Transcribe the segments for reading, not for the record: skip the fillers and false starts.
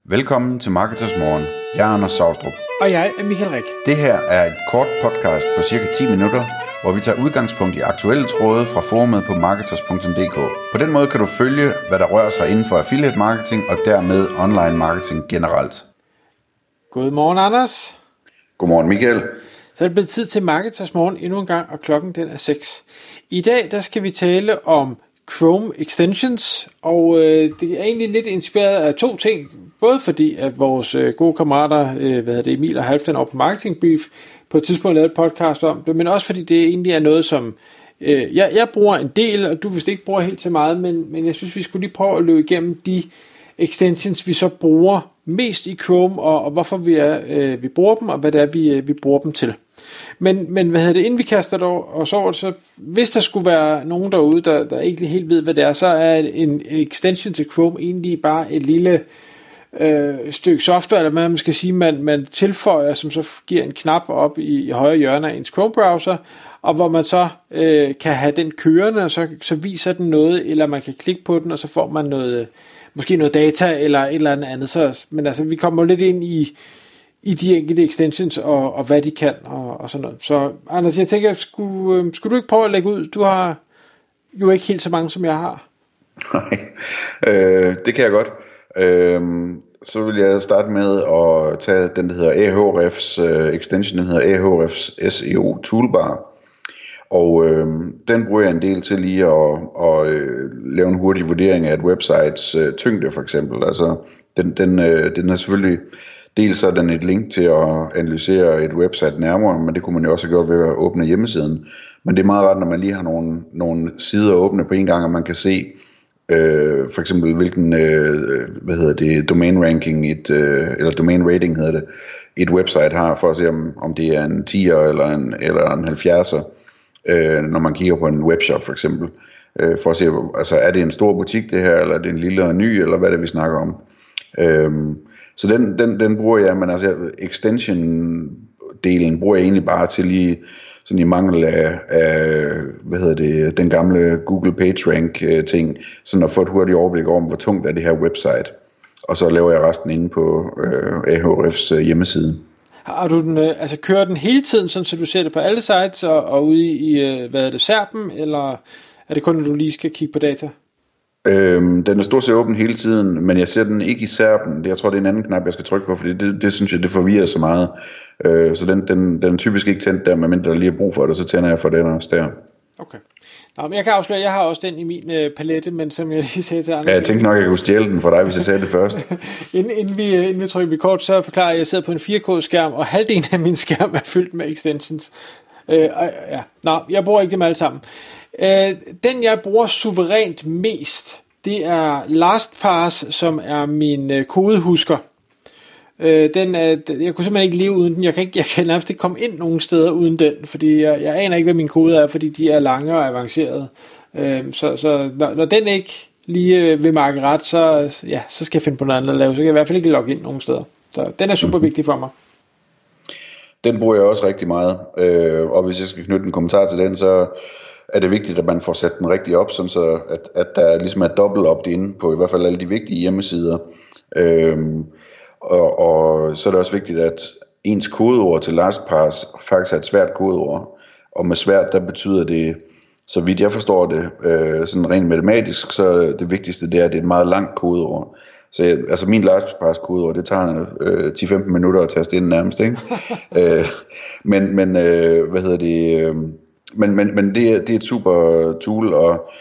Velkommen til Marketers Morgen. Jeg er Anders Saustrup. Og jeg er Michael Rik. Det her er et kort podcast på cirka 10 minutter, hvor vi tager udgangspunkt i aktuelle tråde fra forumet på marketers.dk. På den måde kan du følge, hvad der rører sig inden for affiliate marketing og dermed online marketing generelt. Godmorgen, Anders. Godmorgen, Michael. Så er det blevet tid til Marketers Morgen endnu en gang, og klokken den er 6. I dag der skal vi tale om Chrome Extensions, og det er egentlig lidt inspireret af to ting. Både fordi, at vores gode kammerater, Emil og Halfdan over på Marketing Brief, på et tidspunkt lavede et podcast om det, men også fordi det egentlig er noget, som jeg bruger en del, og du vist ikke bruger helt så meget, men jeg synes, vi skulle lige prøve at løbe igennem de extensions, vi så bruger mest i Chrome, og hvorfor vi bruger dem, og hvad det er, vi bruger dem til. Men inden vi kaster os over, så hvis der skulle være nogen derude, der ikke helt ved, hvad det er, så er en extension til Chrome egentlig bare et lille stykke software, eller hvad man skal sige, man tilføjer, som så giver en knap op i højre hjørne af ens Chrome-browser, og hvor man så kan have den kørende, og så viser den noget, eller man kan klikke på den, og så får man noget, måske noget data, eller et eller andet. Så, men altså, vi kommer lidt ind i de enkelte extensions, og hvad de kan, og sådan noget. Så Anders, jeg tænker, skulle du ikke prøve at lægge ud? Du har jo ikke helt så mange, som jeg har. Nej, det kan jeg godt. Så vil jeg starte med at tage den, der hedder Ahrefs extension, den hedder Ahrefs SEO Toolbar. Og den bruger jeg en del til lige at lave en hurtig vurdering af et websites tyngde for eksempel. Altså den er selvfølgelig, dels så er den et link til at analysere et website nærmere, men det kunne man jo også have gjort ved at åbne hjemmesiden. Men det er meget rart, når man lige har nogle sider åbne på en gang, og man kan se for eksempel hvilken domain ranking eller domain rating hedder det, et website har, for at se om det er en 10'er eller en 70'er, når man kigger på en webshop for eksempel, for at se, altså er det en stor butik det her, eller er det en lille og ny, eller hvad er det vi snakker om. Så den bruger jeg, men altså extension delen bruger jeg egentlig bare til lige sådan i mangel af den gamle Google PageRank ting, sådan at få et hurtigt overblik over, hvor tungt er det her website. Og så laver jeg resten inde på Ahrefs hjemmeside. Har du den, kører den hele tiden, sådan så du ser det på alle sites og ude i SERP'en, eller er det kun, når du lige skal kigge på data? Den er stort set åben hele tiden, men jeg ser den ikke i SERP'en. Jeg tror, det er en anden knap, jeg skal trykke på, fordi det synes jeg, det forvirrer så meget. Så den er typisk ikke tændt der, medmindre der lige er brug for det, så tænder jeg for den også der. Okay. Nå, men jeg kan afsløre, at jeg har også den i min palette, men som jeg lige sagde til andre. Ja, jeg tænkte nok, at jeg kunne stjæle den for dig, hvis jeg sagde det først. inden vi trykker record, så forklarer jeg, at jeg sidder på en 4K-skærm, og halvdelen af min skærm er fyldt med extensions. Jeg bruger ikke dem alle sammen. Den jeg bruger suverænt mest, det er LastPass, som er min kodehusker. Jeg kunne simpelthen ikke leve uden den. Jeg kan nærmest ikke komme ind nogen steder uden den, fordi jeg aner ikke, hvad mine koder er, fordi de er lange og avancerede. Så når den ikke lige vil markere ret, så skal jeg finde på noget andet at lave. Så kan jeg i hvert fald ikke logge ind nogen steder. Så den er super vigtig for mig. Den bruger jeg også rigtig meget. Og hvis jeg skal knytte en kommentar til den, så er det vigtigt, at man får sat den rigtigt op, sådan så at der ligesom er dobbelt opt-in på i hvert fald alle de vigtige hjemmesider. Og så er det også vigtigt, at ens kodeord til LastPass faktisk er et svært kodeord. Og med svært, der betyder det, så vidt jeg forstår det, sådan rent matematisk, så det vigtigste det er, at det er et meget langt kodeord. Så min LastPass kodeord, det tager 10-15 minutter at taste ind nærmest, ikke? Men det er et super tool, og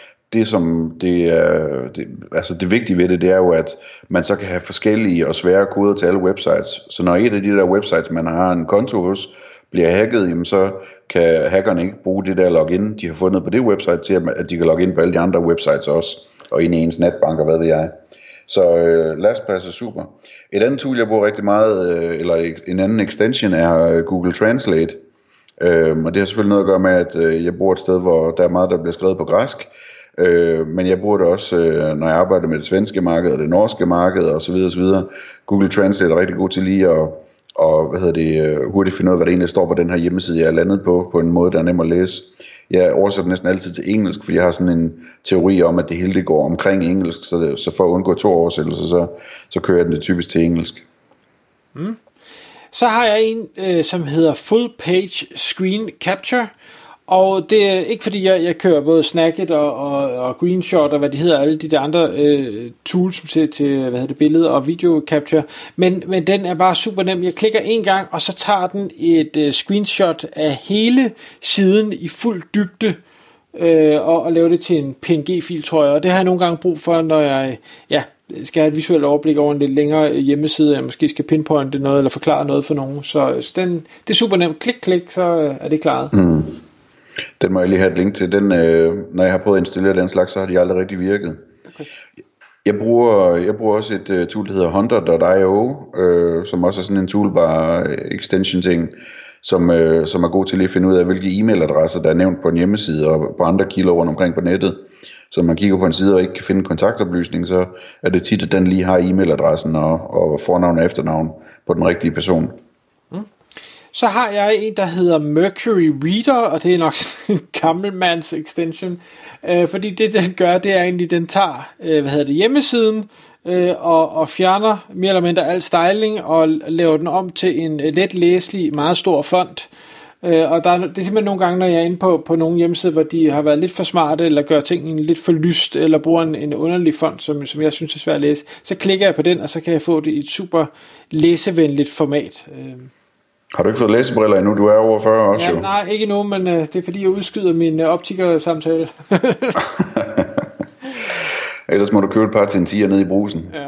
det vigtige ved det er jo, at man så kan have forskellige og svære koder til alle websites. Så når et af de der websites, man har en konto hos, bliver hacket, jamen så kan hackerne ikke bruge det der login, de har fundet på det website, til at de kan logge ind på alle de andre websites også, og ind i ens netbank og hvad ved jeg. Så LastPass er super. Et andet tool, jeg bruger rigtig meget, eller en anden extension, er Google Translate. Og det har selvfølgelig noget at gøre med, at jeg bor et sted, hvor der er meget, der bliver skrevet på græsk. Men jeg bruger det også, når jeg arbejder med det svenske marked og det norske marked osv. Google Translate er rigtig god til lige at hurtigt finde ud af, hvad det egentlig står på den her hjemmeside, jeg er landet på en måde, der er nem at læse. jeg oversætter næsten altid til engelsk, fordi jeg har sådan en teori om, at det hele det går omkring engelsk, så for at undgå 2 oversættelser, så kører jeg den det typisk til engelsk. Så har jeg en, som hedder Full Page Screen Capture, og det er ikke fordi jeg kører både Snagit og Greenshot og hvad de hedder, alle de der andre tools til billede og video capture, men den er bare super nem. Jeg klikker en gang, og så tager den et screenshot af hele siden i fuld dybde, og laver det til en PNG-fil, tror jeg, og det har jeg nogle gange brug for, når jeg skal have et visuelt overblik over en lidt længere hjemmeside, jeg måske skal pinpointe noget, eller forklare noget for nogen, så det er super nemt. Klik, så er det klaret. Den må jeg lige have et link til. Den, når jeg har prøvet at installere den slags, så har de aldrig rigtig virket. Okay. Jeg bruger også et tool, der hedder Hunter.io, som også er sådan en toolbar extension ting, som er god til lige at finde ud af, hvilke e-mailadresser, der er nævnt på en hjemmeside og på andre kilder rundt omkring på nettet. Så man kigger på en side og ikke kan finde kontaktoplysning, så er det tit, at den lige har e-mailadressen og fornavn og efternavn på den rigtige person. Så har jeg en, der hedder Mercury Reader, og det er nok en gammelmands extension, fordi det den gør, det er egentlig, den tager hjemmesiden, og fjerner mere eller mindre al styling, og laver den om til en let læselig, meget stor font. Og det er simpelthen nogle gange, når jeg er inde på nogle hjemmesider, hvor de har været lidt for smarte, eller gør tingene lidt for lyst, eller bruger en underlig font, som jeg synes er svært at læse, så klikker jeg på den, og så kan jeg få det i et super læsevenligt format. Har du ikke fået læsebriller endnu? Du er over 40 også, ja, jo. Nej, ikke endnu, men det er fordi, jeg udskyder min optikersamtale. Ellers må du købe et par til en 10'er nede i brusen. Ja.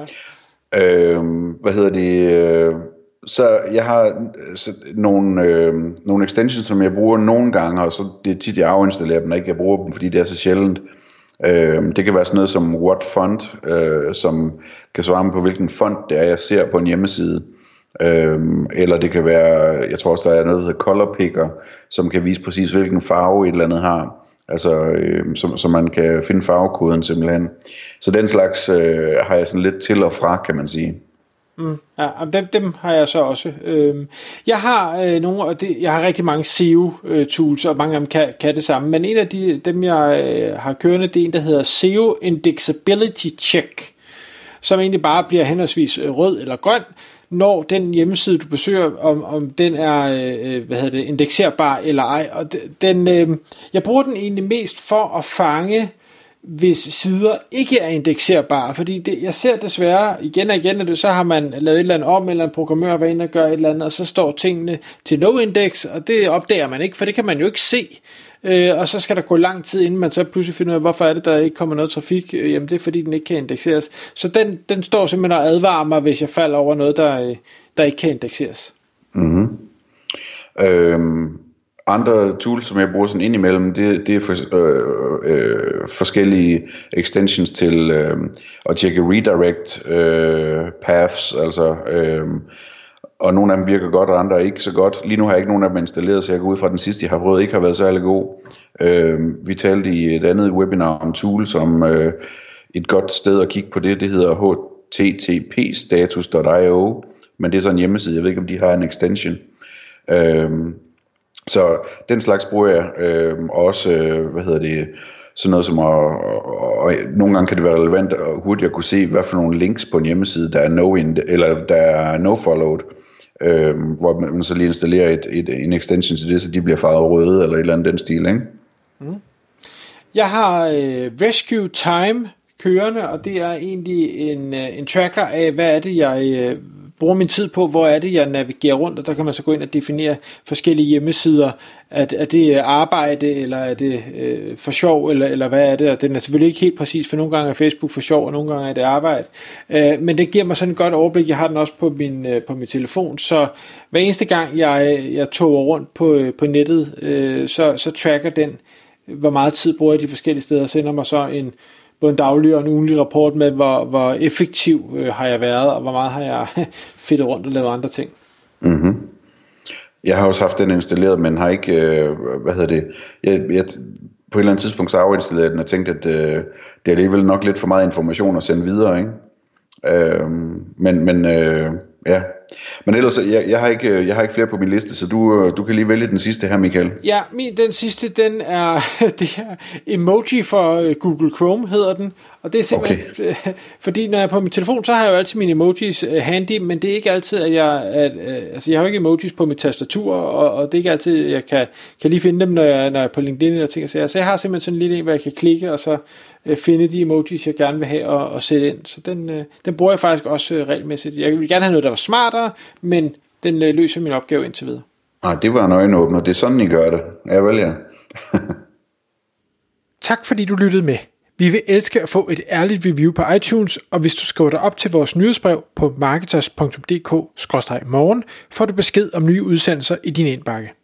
Så jeg har nogle extensions, som jeg bruger nogle gange, og så det er tit, jeg afinstallerer dem, når ikke jeg bruger dem, fordi det er så sjældent. Det kan være sådan noget som What Font, som kan svare mig på, hvilken font det er, jeg ser på en hjemmeside. Eller det kan være, jeg tror også der er noget der hedder Color Picker, som kan vise præcis hvilken farve et eller andet har, altså så man kan finde farvekoden simpelthen. Så den slags har jeg sådan lidt til og fra, kan man sige. Ja, dem har jeg så også. Jeg har nogle, og jeg har rigtig mange SEO tools, og mange af dem kan det samme, men en af dem jeg har kørende, det er en der hedder SEO Indexability Check, som egentlig bare bliver henholdsvis rød eller grøn, når den hjemmeside du besøger, om den er indekserbar eller ej. Og jeg bruger den egentlig mest for at fange, hvis sider ikke er indekserbare, fordi jeg ser desværre igen og igen, at så har man lavet et eller andet om, eller en programmør var inde og gør et eller andet, og så står tingene til no index, og det opdager man ikke, for det kan man jo ikke se. Og så skal der gå lang tid, inden man så pludselig finder ud af, hvorfor er det, der ikke kommer noget trafik. Jamen det er fordi, den ikke kan indekseres. Så den står simpelthen og advarer mig, hvis jeg falder over noget, der ikke kan indekseres. Mm-hmm. Andre tools, som jeg bruger sådan indimellem, det er forskellige extensions til at tjekke redirect paths, altså og nogle af dem virker godt, og andre ikke så godt. Lige nu har jeg ikke nogen af dem installeret, så jeg går ud fra den sidste, jeg har prøvet, ikke har været særlig god. Vi talte i et andet webinar om tools, om et godt sted at kigge på det hedder http-status.io, men det er så en hjemmeside, jeg ved ikke, om de har en extension. Så den slags bruger jeg også, sådan noget som og nogle gange kan det være relevant og hurtigt at kunne se, hvad for nogle links på en hjemmeside, der er no-followed, hvor man så lige installerer en extension til det, så de bliver farvet røde, eller et eller andet den stil, ikke? Jeg har Rescue Time kørende, og det er egentlig en tracker af, hvad er det, jeg bruger min tid på, hvor er det, jeg navigerer rundt, og der kan man så gå ind og definere forskellige hjemmesider. Er det arbejde, eller er det for sjov, eller hvad er det? Og den er selvfølgelig ikke helt præcis, for nogle gange er Facebook for sjov, og nogle gange er det arbejde. Men det giver mig sådan et godt overblik. Jeg har den også på min telefon, så hver eneste gang jeg toger rundt på nettet, så tracker den, hvor meget tid bruger jeg de forskellige steder, og sender mig så både en daglig og en ugenlig rapport med, hvor effektiv har jeg været, og hvor meget har jeg fedtet rundt og lavet andre ting. Mm-hmm. Jeg har også haft den installeret, men har ikke, jeg på et eller andet tidspunkt så afinstalleret den, og tænkte, at det er alligevel nok lidt for meget information at sende videre, ikke? Ja, Men ellers, jeg har ikke flere på min liste, så du kan lige vælge den sidste her, Michael. Ja, den sidste, den er det her emoji for Google Chrome, hedder den. Og det er simpelthen, fordi når jeg er på min telefon, så har jeg jo altid mine emojis handy, men det er ikke altid, at jeg har jo ikke emojis på mit tastatur, og det er ikke altid, jeg kan lige finde dem, når jeg er på LinkedIn eller ting. Så jeg har simpelthen sådan en lille en, hvor jeg kan klikke, og så finde de emojis, jeg gerne vil have og sætte ind. Så den bruger jeg faktisk også regelmæssigt. Jeg vil gerne have noget, der var smartere, men den løser min opgave indtil videre. Det var en øjenåbner. Det er sådan, I gør det. Ja, vel ja. Tak fordi du lyttede med. Vi vil elske at få et ærligt review på iTunes, og hvis du skriver dig op til vores nyhedsbrev på marketers.dk/morgen, får du besked om nye udsendelser i din indbakke.